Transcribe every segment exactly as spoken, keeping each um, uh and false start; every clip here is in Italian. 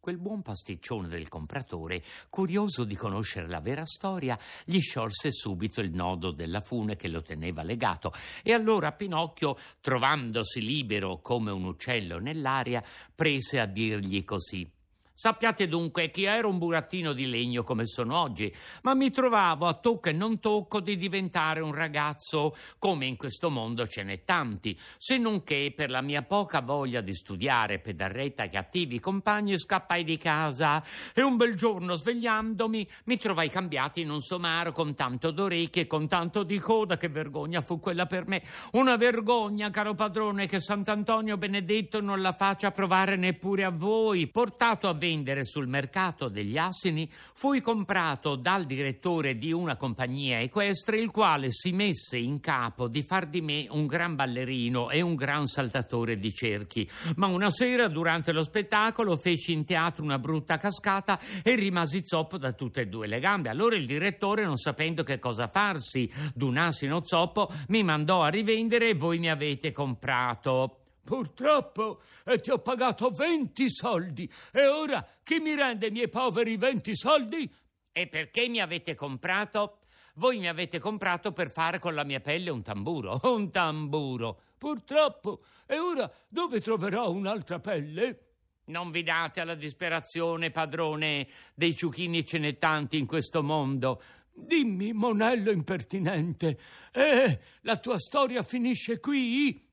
Quel buon pasticcione del compratore, curioso di conoscere la vera storia, gli sciolse subito il nodo della fune che lo teneva legato, e allora Pinocchio, trovandosi libero come un uccello nell'aria, prese a dirgli così: «Sappiate dunque che io ero un burattino di legno come sono oggi, ma mi trovavo a tocco e non tocco di diventare un ragazzo, come in questo mondo ce n'è tanti, se non che per la mia poca voglia di studiare pedarretta ai cattivi compagni scappai di casa, e un bel giorno svegliandomi mi trovai cambiato in un somaro con tanto d'orecchie e con tanto di coda. Che vergogna fu quella per me, una vergogna, caro padrone, che Sant'Antonio benedetto non la faccia provare neppure a voi. Portato a vendere sul mercato degli asini, fui comprato dal direttore di una compagnia equestre, il quale si messe in capo di far di me un gran ballerino e un gran saltatore di cerchi. Ma una sera, durante lo spettacolo, feci in teatro una brutta cascata e rimasi zoppo da tutte e due le gambe. Allora il direttore, non sapendo che cosa farsi d'un asino zoppo, mi mandò a rivendere e voi mi avete comprato. Purtroppo, e ti ho pagato venti soldi, e ora chi mi rende i miei poveri venti soldi? E perché mi avete comprato? Voi mi avete comprato per fare con la mia pelle un tamburo, un tamburo. Purtroppo, e ora dove troverò un'altra pelle? Non vi date alla disperazione, padrone, dei ciuchini ce n'è tanti in questo mondo. Dimmi, monello impertinente, eh, la tua storia finisce qui?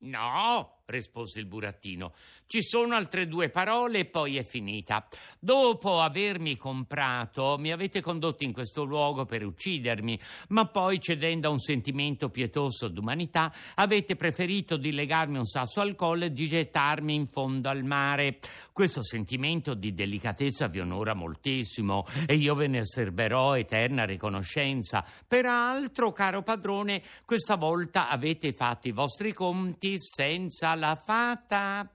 No, rispose il burattino, ci sono altre due parole e poi è finita. Dopo avermi comprato, mi avete condotto in questo luogo per uccidermi, ma poi, cedendo a un sentimento pietoso d'umanità, avete preferito di legarmi un sasso al collo e di gettarmi in fondo al mare. Questo sentimento di delicatezza vi onora moltissimo e io ve ne serberò eterna riconoscenza. Peraltro, caro padrone, questa volta avete fatto i vostri conti senza la fata.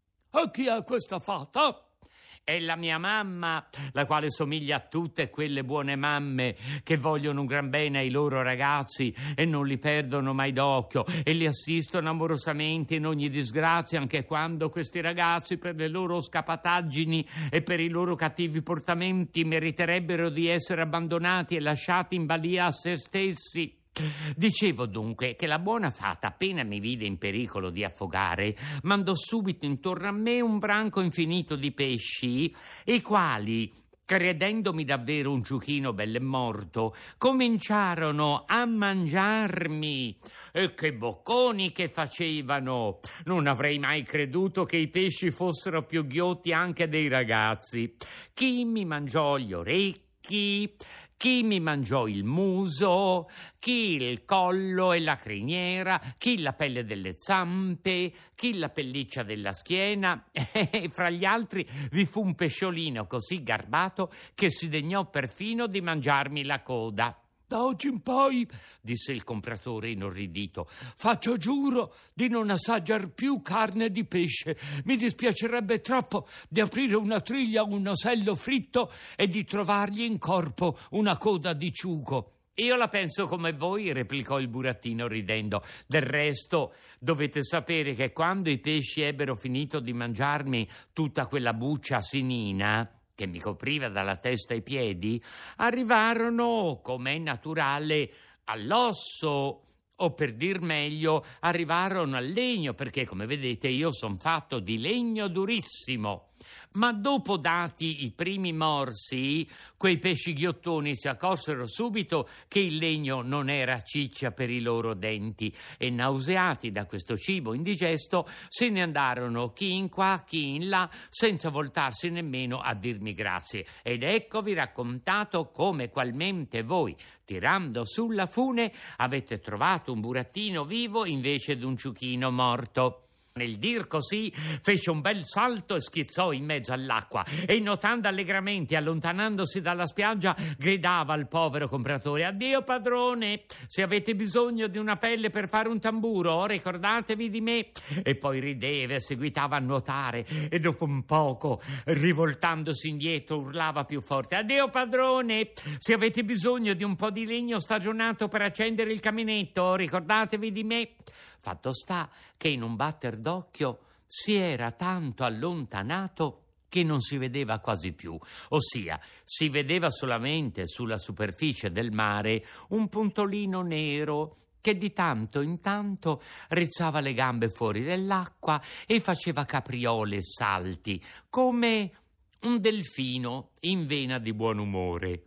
A chi è questa fata? È la mia mamma, la quale somiglia a tutte quelle buone mamme che vogliono un gran bene ai loro ragazzi e non li perdono mai d'occhio e li assistono amorosamente in ogni disgrazia, anche quando questi ragazzi, per le loro scapataggini e per i loro cattivi portamenti, meriterebbero di essere abbandonati e lasciati in balia a se stessi. Dicevo dunque che la buona fata, appena mi vide in pericolo di affogare, mandò subito intorno a me un branco infinito di pesci, i quali, credendomi davvero un ciuchino bell'e morto, cominciarono a mangiarmi. E che bocconi che facevano! Non avrei mai creduto che i pesci fossero più ghiotti anche dei ragazzi. Chi mi mangiò gli orecchi, chi mi mangiò il muso, chi il collo e la criniera, chi la pelle delle zampe, chi la pelliccia della schiena, e fra gli altri vi fu un pesciolino così garbato che si degnò perfino di mangiarmi la coda. Da oggi in poi, disse il compratore inorridito, faccio giuro di non assaggiar più carne di pesce. Mi dispiacerebbe troppo di aprire una triglia a un osello fritto e di trovargli in corpo una coda di ciuco. Io la penso come voi, replicò il burattino ridendo. Del resto dovete sapere che quando i pesci ebbero finito di mangiarmi tutta quella buccia asinina che mi copriva dalla testa ai piedi, arrivarono, com'è naturale, all'osso, o per dir meglio, arrivarono al legno, perché come vedete io son fatto di legno durissimo. Ma dopo dati i primi morsi, quei pesci ghiottoni si accorsero subito che il legno non era ciccia per i loro denti e, nauseati da questo cibo indigesto, se ne andarono chi in qua, chi in là, senza voltarsi nemmeno a dirmi grazie. Ed eccovi raccontato come qualmente voi, tirando sulla fune, avete trovato un burattino vivo invece d'un ciuchino morto. Nel dir così fece un bel salto e schizzò in mezzo all'acqua e, nuotando allegramente, allontanandosi dalla spiaggia, gridava al povero compratore: «Addio padrone, se avete bisogno di una pelle per fare un tamburo, ricordatevi di me». E poi rideva e seguitava a nuotare e dopo un poco, rivoltandosi indietro, urlava più forte: «Addio padrone, se avete bisogno di un po' di legno stagionato per accendere il caminetto, ricordatevi di me». Fatto sta che in un batter d'occhio si era tanto allontanato che non si vedeva quasi più, ossia si vedeva solamente sulla superficie del mare un puntolino nero che di tanto in tanto rizzava le gambe fuori dell'acqua e faceva capriole e salti, come un delfino in vena di buon umore.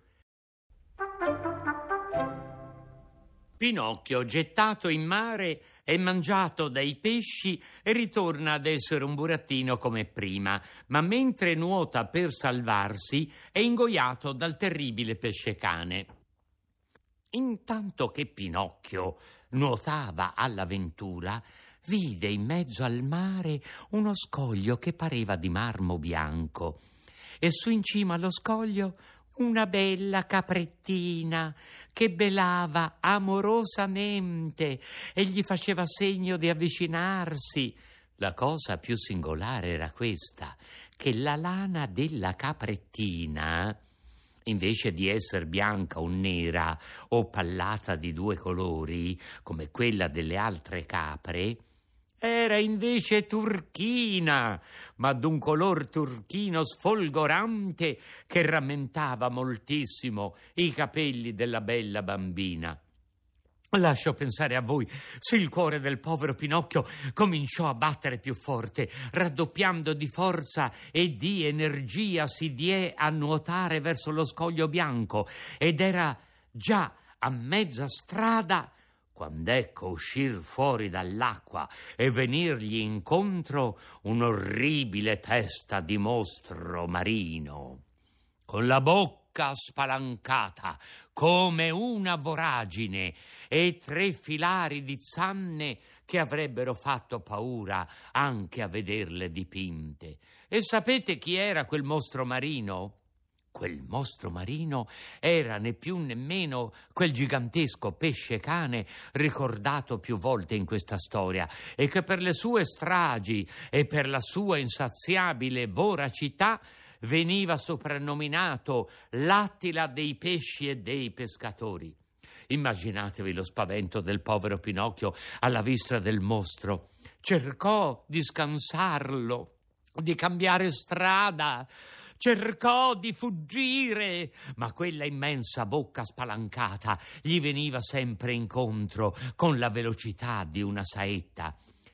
Pinocchio, gettato in mare e mangiato dai pesci, ritorna ad essere un burattino come prima, ma mentre nuota per salvarsi è ingoiato dal terribile pesce-cane. Intanto che Pinocchio nuotava all'avventura, vide in mezzo al mare uno scoglio che pareva di marmo bianco e su in cima allo scoglio una bella caprettina che belava amorosamente e gli faceva segno di avvicinarsi. La cosa più singolare era questa, che la lana della caprettina, invece di essere bianca o nera o pallata di due colori, come quella delle altre capre, era invece turchina, ma d'un color turchino sfolgorante che rammentava moltissimo i capelli della bella bambina. Lascio pensare a voi se il cuore del povero Pinocchio cominciò a battere più forte, raddoppiando di forza e di energia si diè a nuotare verso lo scoglio bianco ed era già a mezza strada quando ecco uscir fuori dall'acqua e venirgli incontro un'orribile testa di mostro marino, con la bocca spalancata come una voragine e tre filari di zanne che avrebbero fatto paura anche a vederle dipinte. E sapete chi era quel mostro marino? Quel mostro marino era né più né meno quel gigantesco pesce cane ricordato più volte in questa storia e che per le sue stragi e per la sua insaziabile voracità veniva soprannominato l'Attila dei pesci e dei pescatori. Immaginatevi lo spavento del povero Pinocchio alla vista del mostro. Cercò di scansarlo, di cambiare strada, cercò di fuggire, ma quella immensa bocca spalancata gli veniva sempre incontro con la velocità di una saetta.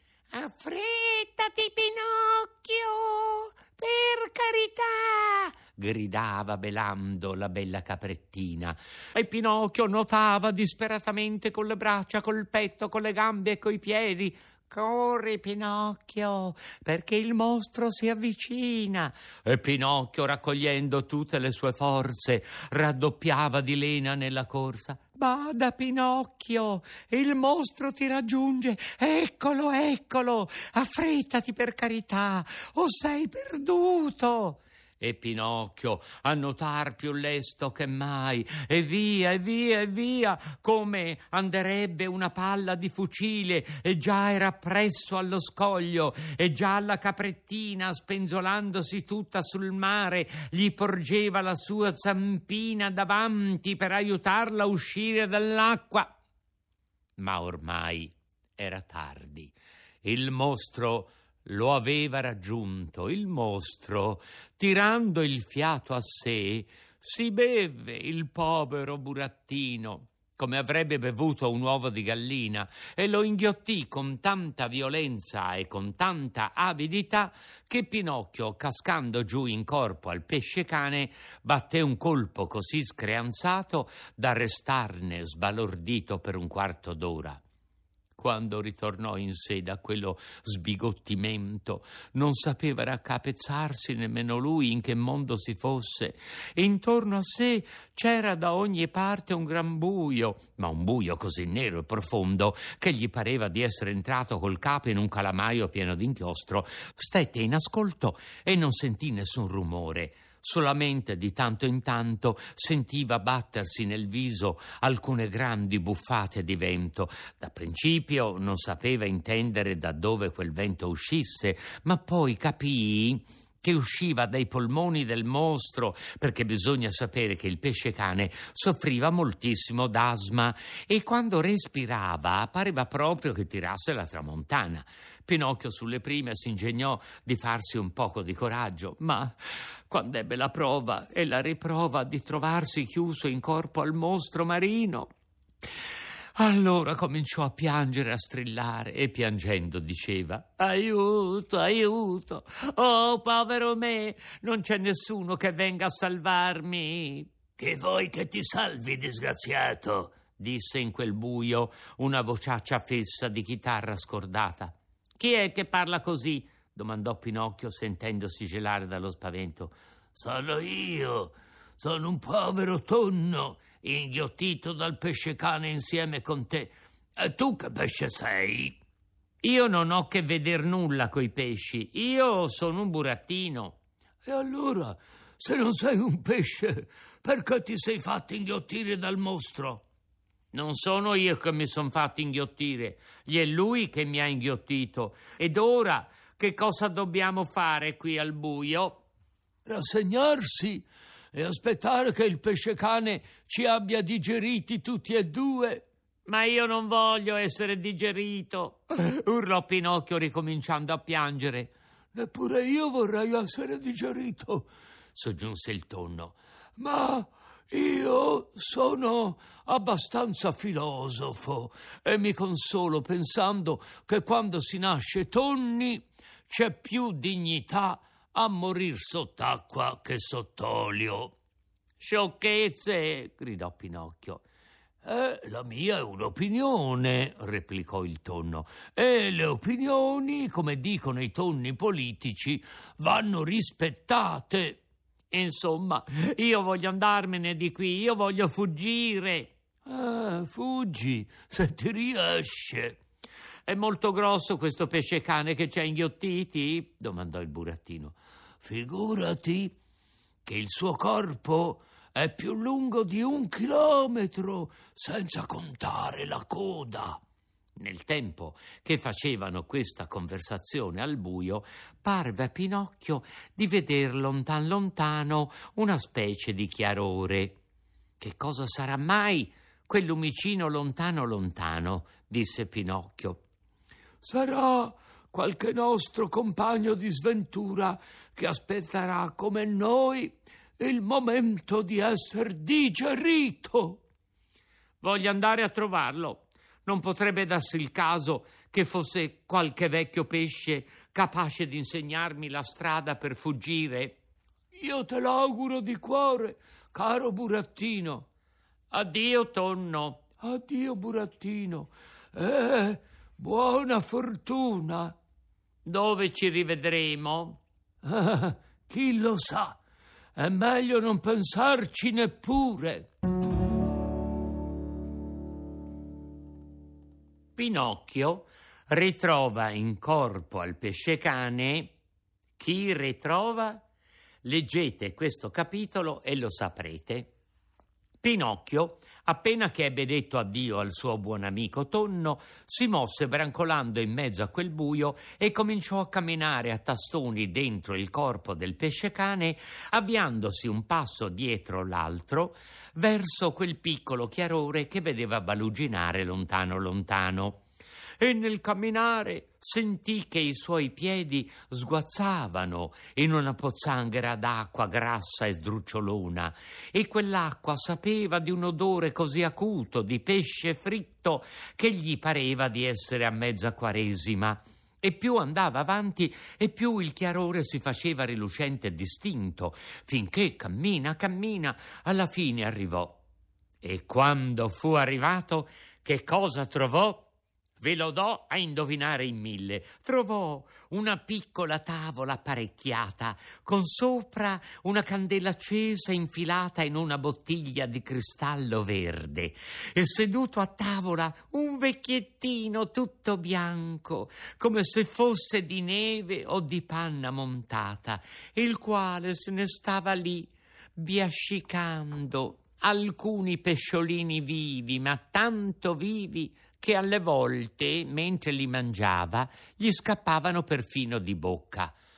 «Affrettati, Pinocchio, per carità!» gridava belando la bella caprettina. E Pinocchio nuotava disperatamente con le braccia, col petto, con le gambe e coi piedi. «Corri, Pinocchio, perché il mostro si avvicina!» E Pinocchio, raccogliendo tutte le sue forze, raddoppiava di lena nella corsa. «Bada, Pinocchio, il mostro ti raggiunge! Eccolo, eccolo! Affrettati per carità, o sei perduto!» E Pinocchio, a nuotar più lesto che mai, e via, e via, e via, come anderebbe una palla di fucile, e già era appresso allo scoglio, e già la caprettina, spenzolandosi tutta sul mare, gli porgeva la sua zampina davanti per aiutarla a uscire dall'acqua. Ma ormai era tardi. Il mostro lo aveva raggiunto. Il mostro, tirando il fiato a sé, si beve il povero burattino come avrebbe bevuto un uovo di gallina e lo inghiottì con tanta violenza e con tanta avidità che Pinocchio, cascando giù in corpo al pesce cane, batté un colpo così screanzato da restarne sbalordito per un quarto d'ora. Quando ritornò in sé da quello sbigottimento, non sapeva raccapezzarsi nemmeno lui in che mondo si fosse, e intorno a sé c'era da ogni parte un gran buio, ma un buio così nero e profondo che gli pareva di essere entrato col capo in un calamaio pieno d'inchiostro. Stette in ascolto e non sentì nessun rumore. Solamente di tanto in tanto sentiva battersi nel viso alcune grandi buffate di vento. Da principio non sapeva intendere da dove quel vento uscisse, ma poi capì che usciva dai polmoni del mostro, perché bisogna sapere che il pesce cane soffriva moltissimo d'asma e quando respirava pareva proprio che tirasse la tramontana. Pinocchio sulle prime si ingegnò di farsi un poco di coraggio, ma quando ebbe la prova e la riprova di trovarsi chiuso in corpo al mostro marino, allora cominciò a piangere, a strillare e piangendo diceva: aiuto, aiuto, oh povero me, non c'è nessuno che venga a salvarmi. Che vuoi che ti salvi, disgraziato? Disse in quel buio una vociaccia fessa di chitarra scordata. Chi è che parla così? Domandò Pinocchio sentendosi gelare dallo spavento. Sono io, sono un povero tonno inghiottito dal pesce cane insieme con te. E tu che pesce sei? Io non ho che veder nulla coi pesci, io sono un burattino. E allora, se non sei un pesce, perché ti sei fatto inghiottire dal mostro? Non sono io che mi son fatto inghiottire, gli è lui che mi ha inghiottito. Ed ora che cosa dobbiamo fare qui al buio? Rassegnarsi e aspettare che il pesce cane ci abbia digeriti tutti e due. Ma io non voglio essere digerito, urlò Pinocchio ricominciando a piangere. Neppure io vorrei essere digerito, soggiunse il tonno. Ma io sono abbastanza filosofo e mi consolo pensando che quando si nasce tonni c'è più dignità a morir sott'acqua che sott'olio. Sciocchezze, gridò Pinocchio. Eh, la mia è un'opinione, replicò il tonno, e le opinioni, come dicono i tonni politici, vanno rispettate. Insomma, io voglio andarmene di qui, io voglio fuggire. Eh, fuggi, se ti riesce. È molto grosso questo pesce cane che ci ha inghiottiti? Domandò il burattino. Figurati che il suo corpo è più lungo di un chilometro, senza contare la coda. Nel tempo che facevano questa conversazione al buio, parve a Pinocchio di veder lontan lontano una specie di chiarore. Che cosa sarà mai quel lumicino lontano lontano? Disse Pinocchio. Sarà qualche nostro compagno di sventura che aspetterà come noi il momento di esser digerito. Voglio andare a trovarlo. Non potrebbe darsi il caso che fosse qualche vecchio pesce capace di insegnarmi la strada per fuggire? Io te l'auguro di cuore, caro burattino. Addio, tonno. Addio, burattino. Eh, buona fortuna. Dove ci rivedremo? Eh, chi lo sa? È meglio non pensarci neppure. Pinocchio ritrova in corpo al pesce cane. Chi ritrova? Leggete questo capitolo e lo saprete. Pinocchio, appena che ebbe detto addio al suo buon amico tonno, si mosse brancolando in mezzo a quel buio e cominciò a camminare a tastoni dentro il corpo del pesce cane, avviandosi un passo dietro l'altro verso quel piccolo chiarore che vedeva baluginare lontano lontano. E nel camminare sentì che i suoi piedi sguazzavano in una pozzanghera d'acqua grassa e sdrucciolona, e quell'acqua sapeva di un odore così acuto di pesce fritto che gli pareva di essere a mezza Quaresima. E più andava avanti e più il chiarore si faceva rilucente e distinto, finché cammina, cammina, alla fine arrivò. E quando fu arrivato, che cosa trovò? Ve lo do a indovinare in mille. Trovò una piccola tavola apparecchiata, con sopra una candela accesa infilata in una bottiglia di cristallo verde, e seduto a tavola un vecchiettino tutto bianco, come se fosse di neve o di panna montata, il quale se ne stava lì, biascicando alcuni pesciolini vivi, ma tanto vivi che alle volte, mentre li mangiava, gli scappavano perfino di bocca.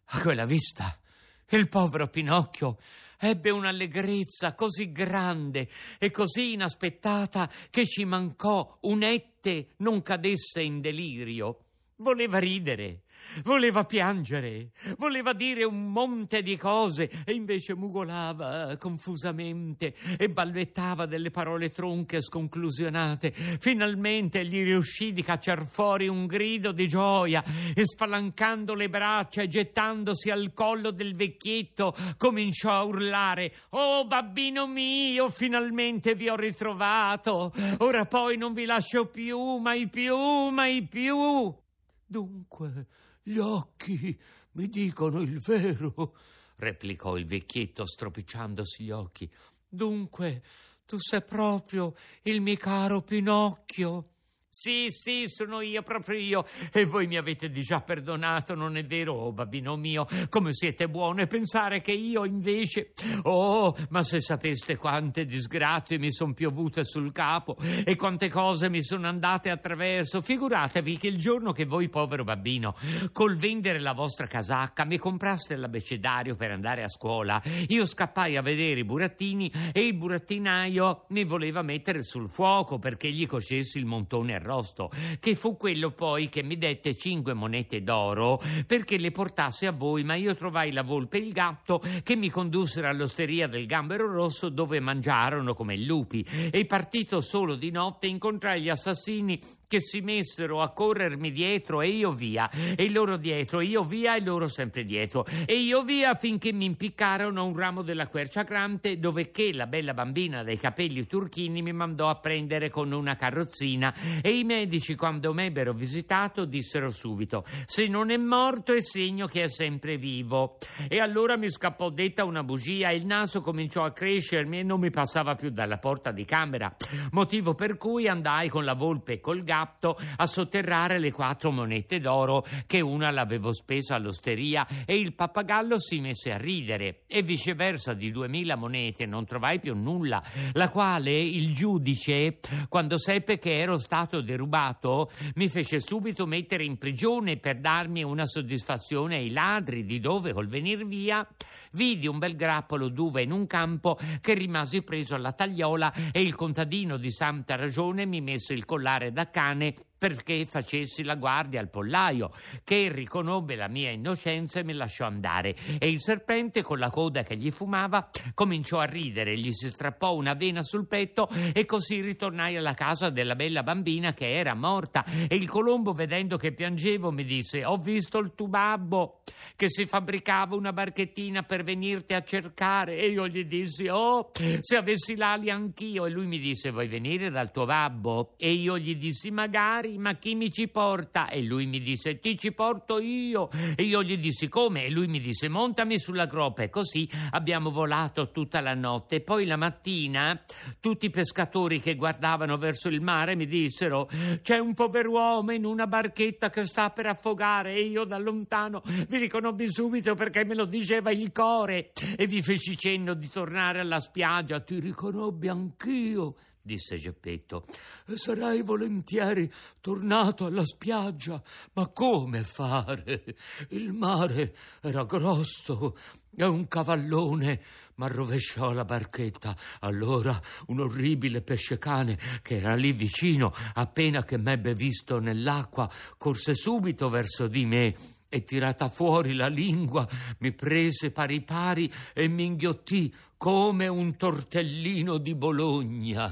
A quella vista, il povero Pinocchio ebbe un'allegrezza così grande e così inaspettata che ci mancò un ette non cadesse in delirio. Voleva ridere, voleva piangere, voleva dire un monte di cose e invece mugolava confusamente e balbettava delle parole tronche e sconclusionate. Finalmente gli riuscì di cacciar fuori un grido di gioia e, spalancando le braccia e gettandosi al collo del vecchietto, cominciò a urlare: «Oh, babbino mio, finalmente vi ho ritrovato! Ora poi non vi lascio più, mai più, mai più!» «Dunque, gli occhi mi dicono il vero», replicò il vecchietto stropicciandosi gli occhi. «Dunque, tu sei proprio il mio caro Pinocchio?» «Sì, sì, sono io, proprio io. E voi mi avete di già perdonato, non è vero, oh, babbino mio? Come siete buono, e pensare che io invece... Oh, ma se sapeste quante disgrazie mi sono piovute sul capo e quante cose mi sono andate attraverso. Figuratevi che il giorno che voi, povero babbino, col vendere la vostra casacca mi compraste l'abbecedario per andare a scuola, io scappai a vedere i burattini e il burattinaio mi voleva mettere sul fuoco perché gli cocessi il montone arrosto, che fu quello poi che mi dette cinque monete d'oro perché le portasse a voi, ma io trovai la volpe e il gatto che mi condussero all'osteria del Gambero Rosso, dove mangiarono come lupi, e partito solo di notte incontrai gli assassini che si messero a corrermi dietro e io via, e loro dietro, io via e loro sempre dietro, e io via finché mi impiccarono a un ramo della quercia grande, dove che la bella bambina dai capelli turchini mi mandò a prendere con una carrozzina, e i medici, quando m'ebbero visitato, dissero subito: se non è morto è segno che è sempre vivo. E allora mi scappò detta una bugia e il naso cominciò a crescermi e non mi passava più dalla porta di camera, motivo per cui andai con la volpe e col gatto a sotterrare le quattro monete d'oro, che una l'avevo spesa all'osteria, e il pappagallo si mise a ridere, e viceversa di duemila monete non trovai più nulla, la quale il giudice, quando seppe che ero stato derubato, mi fece subito mettere in prigione per darmi una soddisfazione ai ladri, di dove col venir via vidi un bel grappolo d'uva in un campo che rimasi preso alla tagliola, e il contadino di santa ragione mi mise il collare da cane perché facessi la guardia al pollaio, che riconobbe la mia innocenza e mi lasciò andare, e il serpente, con la coda che gli fumava, cominciò a ridere, gli si strappò una vena sul petto, e così ritornai alla casa della bella bambina che era morta, e il colombo, vedendo che piangevo, mi disse: ho visto il tuo babbo che si fabbricava una barchettina per venirti a cercare, e io gli dissi: oh, se avessi l'ali anch'io. E lui mi disse: vuoi venire dal tuo babbo? E io gli dissi: magari, ma chi mi ci porta? E lui mi disse: ti ci porto io. E io gli dissi: come? E lui mi disse: montami sulla groppa. E così abbiamo volato tutta la notte. E poi la mattina tutti i pescatori che guardavano verso il mare mi dissero: c'è un pover'uomo in una barchetta che sta per affogare. E io da lontano vi riconobbi subito, perché me lo diceva il core, e vi feci cenno di tornare alla spiaggia. Ti riconobbi anch'io, disse Geppetto, e sarei volentieri tornato alla spiaggia, ma come fare? Il mare era grosso e un cavallone m'arrovesciò la barchetta. Allora un orribile pescecane che era lì vicino, appena che m'ebbe visto nell'acqua, corse subito verso di me e, tirata fuori la lingua, mi prese pari pari e mi inghiottì come un tortellino di Bologna.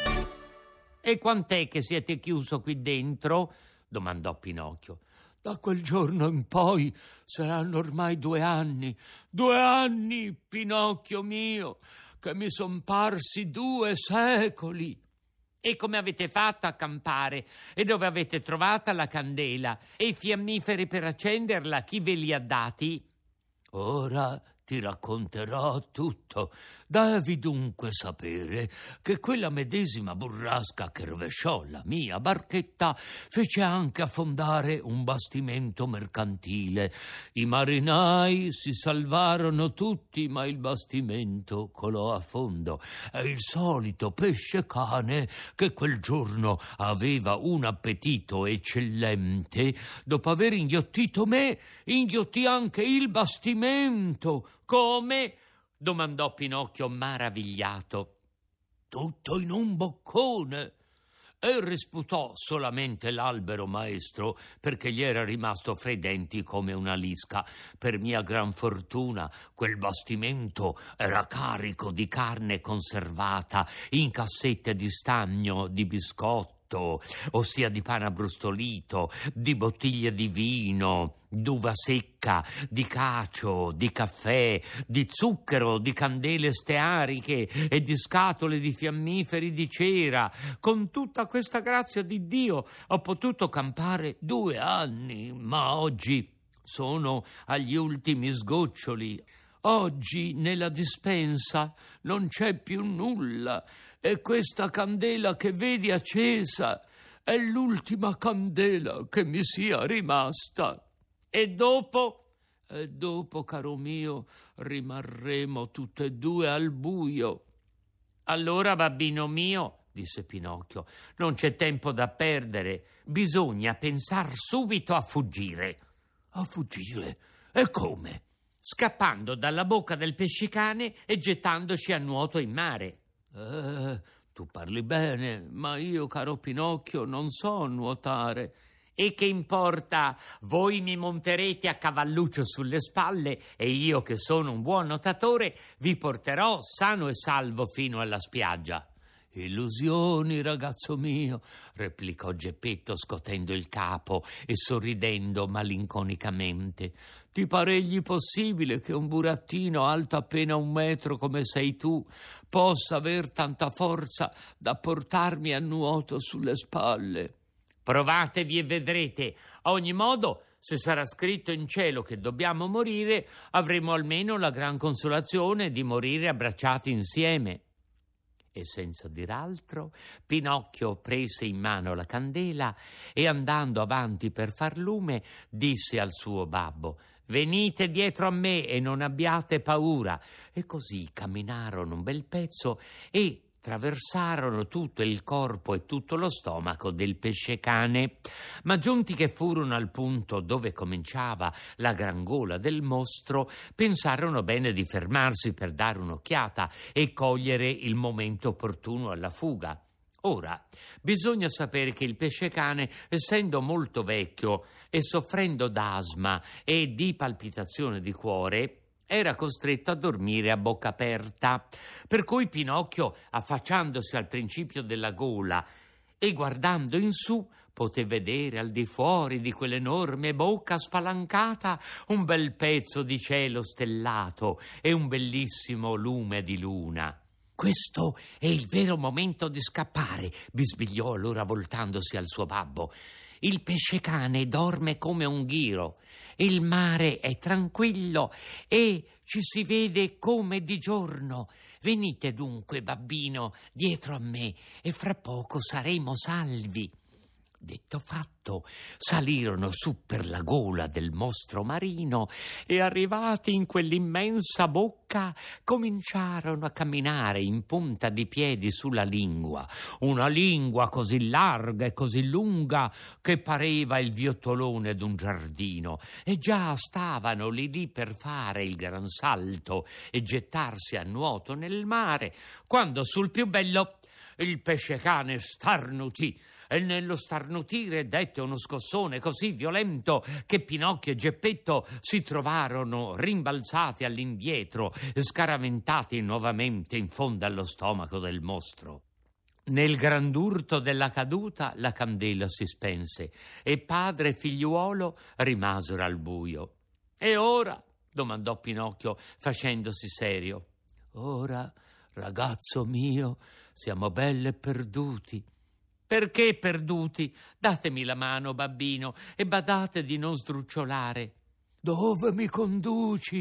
E quant'è che siete chiuso qui dentro? Domandò Pinocchio. Da quel giorno in poi saranno ormai due anni, due anni, Pinocchio mio, che mi son parsi due secoli. E come avete fatto a campare? E dove avete trovata la candela? E i fiammiferi per accenderla chi ve li ha dati? Ora ti racconterò tutto. Devi dunque sapere che quella medesima burrasca che rovesciò la mia barchetta fece anche affondare un bastimento mercantile. I marinai si salvarono tutti, ma il bastimento colò a fondo e il solito pesce cane, che quel giorno aveva un appetito eccellente, dopo aver inghiottito me, inghiottì anche il bastimento. Come? Domandò Pinocchio maravigliato. Tutto in un boccone. E risputò solamente l'albero maestro, perché gli era rimasto fra i denti come una lisca. Per mia gran fortuna quel bastimento era carico di carne conservata in cassette di stagno, di biscotto, ossia di pane abbrustolito, di bottiglie di vino, d'uva secca, di cacio, di caffè, di zucchero, di candele steariche e di scatole di fiammiferi di cera. Con tutta questa grazia di Dio ho potuto campare due anni, ma oggi sono agli ultimi sgoccioli. Oggi nella dispensa non c'è più nulla e questa candela che vedi accesa è l'ultima candela che mi sia rimasta. E dopo? E dopo, caro mio, rimarremo tutte e due al buio. Allora, babbino mio, disse Pinocchio, non c'è tempo da perdere. Bisogna pensar subito a fuggire. A fuggire? E come? Scappando dalla bocca del pescecane e gettandoci a nuoto in mare. Eh, tu parli bene, ma io, caro Pinocchio, non so nuotare. E che importa? Voi mi monterete a cavalluccio sulle spalle e io, che sono un buon nuotatore, vi porterò sano e salvo fino alla spiaggia. Illusioni, ragazzo mio, replicò Geppetto scotendo il capo e sorridendo malinconicamente. Ti paregli possibile che un burattino alto appena un metro come sei tu possa aver tanta forza da portarmi a nuoto sulle spalle? Provatevi e vedrete. A ogni modo, se sarà scritto in cielo che dobbiamo morire, avremo almeno la gran consolazione di morire abbracciati insieme. E senza dir altro, Pinocchio prese in mano la candela e, andando avanti per far lume, disse al suo babbo: «Venite dietro a me e non abbiate paura». E così camminarono un bel pezzo e traversarono tutto il corpo e tutto lo stomaco del pescecane, ma giunti che furono al punto dove cominciava la gran gola del mostro, pensarono bene di fermarsi per dare un'occhiata e cogliere il momento opportuno alla fuga. Ora, bisogna sapere che il pescecane, essendo molto vecchio e soffrendo d'asma e di palpitazione di cuore, era costretto a dormire a bocca aperta, per cui Pinocchio, affacciandosi al principio della gola e guardando in su, poté vedere al di fuori di quell'enorme bocca spalancata un bel pezzo di cielo stellato e un bellissimo lume di luna. «Questo è il vero momento di scappare», bisbigliò allora voltandosi al suo babbo. «Il pescecane dorme come un ghiro. Il mare è tranquillo e ci si vede come di giorno. Venite dunque, babbino, dietro a me e fra poco saremo salvi». Detto fatto, salirono su per la gola del mostro marino e, arrivati in quell'immensa bocca, cominciarono a camminare in punta di piedi sulla lingua, una lingua così larga e così lunga che pareva il viottolone d'un giardino, e già stavano lì lì per fare il gran salto e gettarsi a nuoto nel mare, quando sul più bello il pescecane starnutì e nello starnutire dette uno scossone così violento che Pinocchio e Geppetto si trovarono rimbalzati all'indietro, scaraventati nuovamente in fondo allo stomaco del mostro. Nel grandurto della caduta la candela si spense e padre e figliuolo rimasero al buio. «E ora?» domandò Pinocchio facendosi serio. «Ora, ragazzo mio, siamo belle perduti». «Perché perduti? Datemi la mano, babbino, e badate di non sdrucciolare». «Dove mi conduci,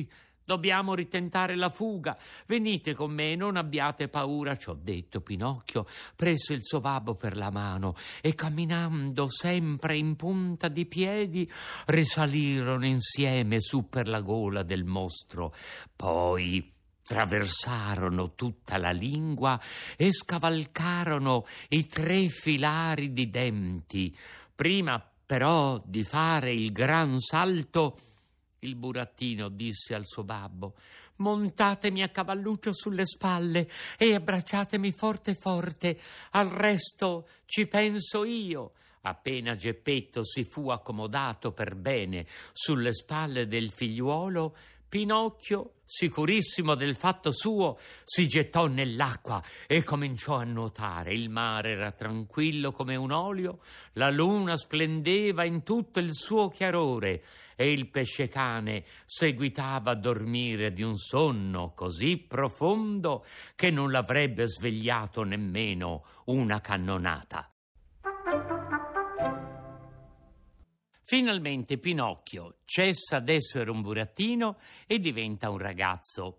Dobbiamo ritentare la fuga. Venite con me, non abbiate paura, ci ho detto. Pinocchio prese il suo babbo per la mano e camminando sempre in punta di piedi risalirono insieme su per la gola del mostro. Poi traversarono tutta la lingua e scavalcarono i tre filari di denti. Prima però di fare il gran salto, il burattino disse al suo babbo: montatemi a cavalluccio sulle spalle e abbracciatemi forte forte, al resto ci penso io. Appena Geppetto si fu accomodato per bene sulle spalle del figliuolo, Pinocchio, sicurissimo del fatto suo, si gettò nell'acqua e cominciò a nuotare. Il mare era tranquillo come un olio, la luna splendeva in tutto il suo chiarore e il pescecane seguitava a dormire di un sonno così profondo che non l'avrebbe svegliato nemmeno una cannonata. Finalmente Pinocchio cessa d'essere un burattino e diventa un ragazzo.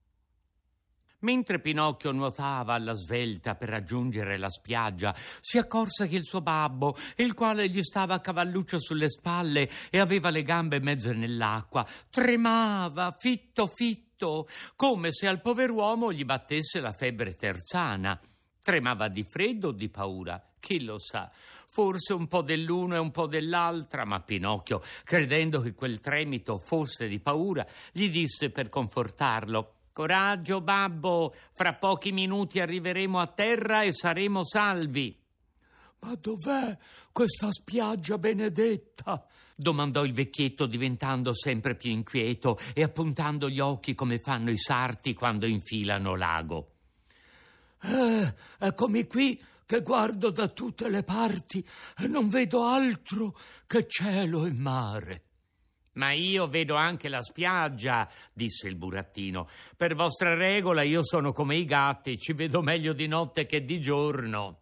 Mentre Pinocchio nuotava alla svelta per raggiungere la spiaggia, si accorse che il suo babbo, il quale gli stava a cavalluccio sulle spalle e aveva le gambe mezze nell'acqua, tremava fitto fitto, come se al pover'uomo gli battesse la febbre terzana. Tremava di freddo o di paura, chi lo sa, forse un po' dell'uno e un po' dell'altra, ma Pinocchio, credendo che quel tremito fosse di paura, gli disse per confortarlo: coraggio, babbo, fra pochi minuti arriveremo a terra e saremo salvi. Ma dov'è questa spiaggia benedetta? Domandò il vecchietto, diventando sempre più inquieto e appuntando gli occhi come fanno i sarti quando infilano l'ago. Eh, eccomi qui che guardo da tutte le parti e non vedo altro che cielo e mare. Ma io vedo anche la spiaggia, disse il burattino. Per vostra regola io sono come i gatti, ci vedo meglio di notte che di giorno.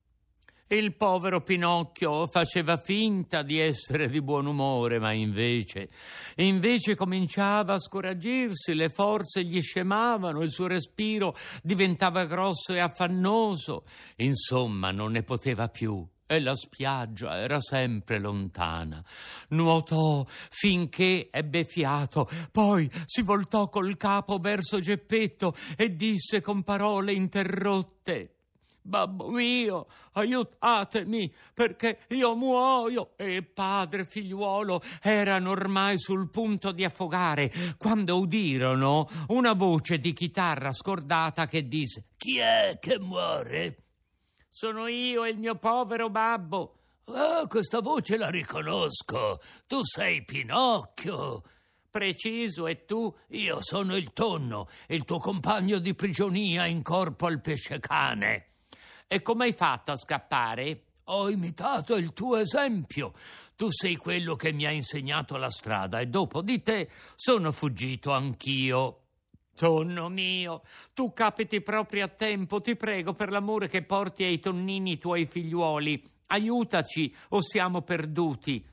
Il povero Pinocchio faceva finta di essere di buon umore, ma invece, invece cominciava a scoraggiarsi, le forze gli scemavano, il suo respiro diventava grosso e affannoso. Insomma, non ne poteva più. E la spiaggia era sempre lontana. Nuotò finché ebbe fiato, poi si voltò col capo verso Geppetto e disse con parole interrotte: babbo mio, aiutatemi, perché io muoio. E padre e figliuolo erano ormai sul punto di affogare quando udirono una voce di chitarra scordata che disse: chi è che muore? Sono io e il mio povero babbo. Ah, questa voce la riconosco. Tu sei Pinocchio. Preciso, e tu? Io sono il Tonno, il tuo compagno di prigionia in corpo al pescecane. E come hai fatto a scappare? Ho imitato il tuo esempio. Tu sei quello che mi ha insegnato la strada e dopo di te sono fuggito anch'io. Tonno mio, tu capiti proprio a tempo. Ti prego, per l'amore che porti ai tonnini i tuoi figliuoli, aiutaci o siamo perduti.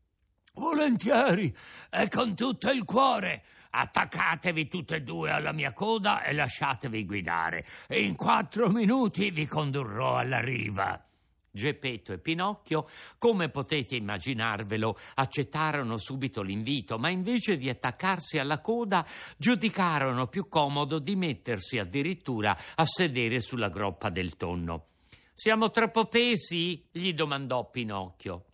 Volentieri e con tutto il cuore. Attaccatevi tutte e due alla mia coda e lasciatevi guidare, e in quattro minuti vi condurrò alla riva. Geppetto e Pinocchio, come potete immaginarvelo, accettarono subito l'invito, ma invece di attaccarsi alla coda, giudicarono più comodo di mettersi addirittura a sedere sulla groppa del tonno. Siamo troppo pesi? Gli domandò Pinocchio.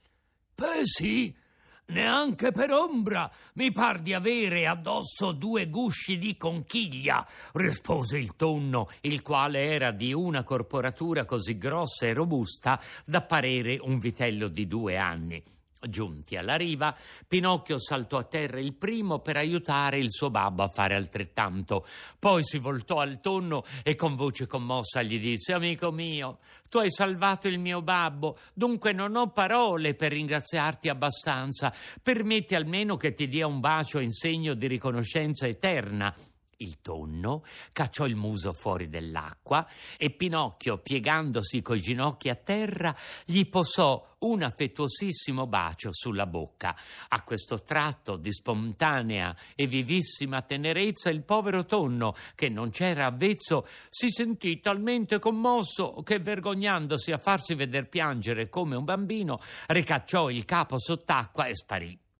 Pesi? Neanche per ombra, mi par di avere addosso due gusci di conchiglia, rispose il tonno, il quale era di una corporatura così grossa e robusta da parere un vitello di due anni. Giunti alla riva, Pinocchio saltò a terra il primo per aiutare il suo babbo a fare altrettanto. Poi si voltò al tonno e con voce commossa gli disse: amico mio, tu hai salvato il mio babbo, dunque non ho parole per ringraziarti abbastanza. Permetti almeno che ti dia un bacio in segno di riconoscenza eterna. il tonno, cacciò il muso fuori dell'acqua e Pinocchio, piegandosi coi ginocchi a terra, gli posò un affettuosissimo bacio sulla bocca. A questo tratto di spontanea e vivissima tenerezza il povero tonno, che non c'era avvezzo, si sentì talmente commosso che, vergognandosi a farsi veder piangere come un bambino, ricacciò il capo sott'acqua e sparì.